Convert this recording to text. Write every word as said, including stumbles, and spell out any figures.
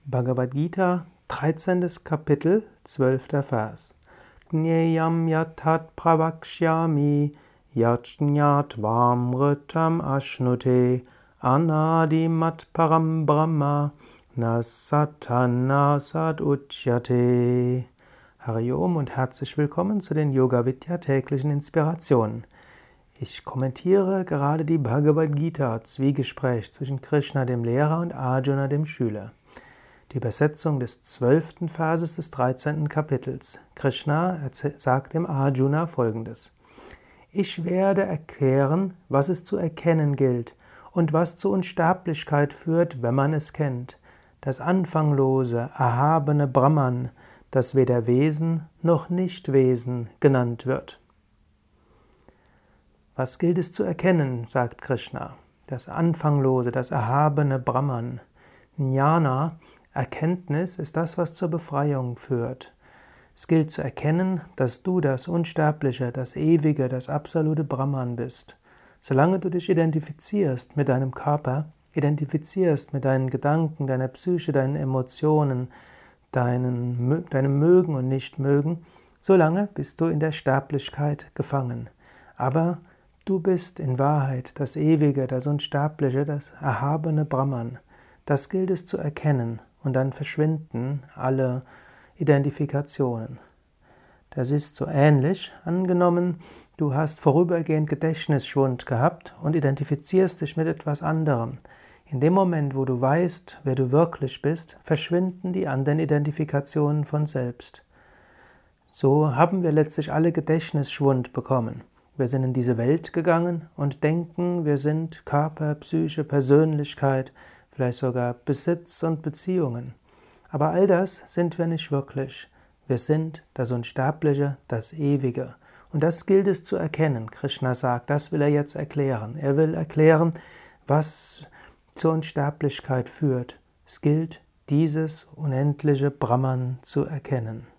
Bhagavad Gita, dreizehntes Kapitel, zwölfter Vers. Jneyam yatat pravakshyami yajñatvam ashnute anadimat param brahma nasatana sad uchyate. Hari Om und herzlich willkommen zu den Yoga Vidya täglichen Inspirationen. Ich kommentiere gerade die Bhagavad Gita, Zwiegespräch zwischen Krishna, dem Lehrer, und Arjuna, dem Schüler. Die Übersetzung des zwölften Verses des dreizehnten Kapitels. Krishna sagt dem Arjuna Folgendes: Ich werde erklären, was es zu erkennen gilt und was zur Unsterblichkeit führt, wenn man es kennt. Das anfanglose, erhabene Brahman, das weder Wesen noch Nichtwesen genannt wird. Was gilt es zu erkennen, sagt Krishna? Das anfanglose, das erhabene Brahman. Jnana, Erkenntnis, ist das, was zur Befreiung führt. Es gilt zu erkennen, dass du das Unsterbliche, das Ewige, das absolute Brahman bist. Solange du dich identifizierst mit deinem Körper, identifizierst mit deinen Gedanken, deiner Psyche, deinen Emotionen, deinen, deinem Mögen und Nichtmögen, solange bist du in der Sterblichkeit gefangen. Aber du bist in Wahrheit das Ewige, das Unsterbliche, das erhabene Brahman. Das gilt es zu erkennen, und dann verschwinden alle Identifikationen. Das ist so ähnlich, angenommen, du hast vorübergehend Gedächtnisschwund gehabt und identifizierst dich mit etwas anderem. In dem Moment, wo du weißt, wer du wirklich bist, verschwinden die anderen Identifikationen von selbst. So haben wir letztlich alle Gedächtnisschwund bekommen. Wir sind in diese Welt gegangen und denken, wir sind Körper, Psyche, Persönlichkeit, vielleicht sogar Besitz und Beziehungen. Aber all das sind wir nicht wirklich. Wir sind das Unsterbliche, das Ewige. Und das gilt es zu erkennen. Krishna sagt, das will er jetzt erklären. Er will erklären, was zur Unsterblichkeit führt. Es gilt, dieses unendliche Brahman zu erkennen.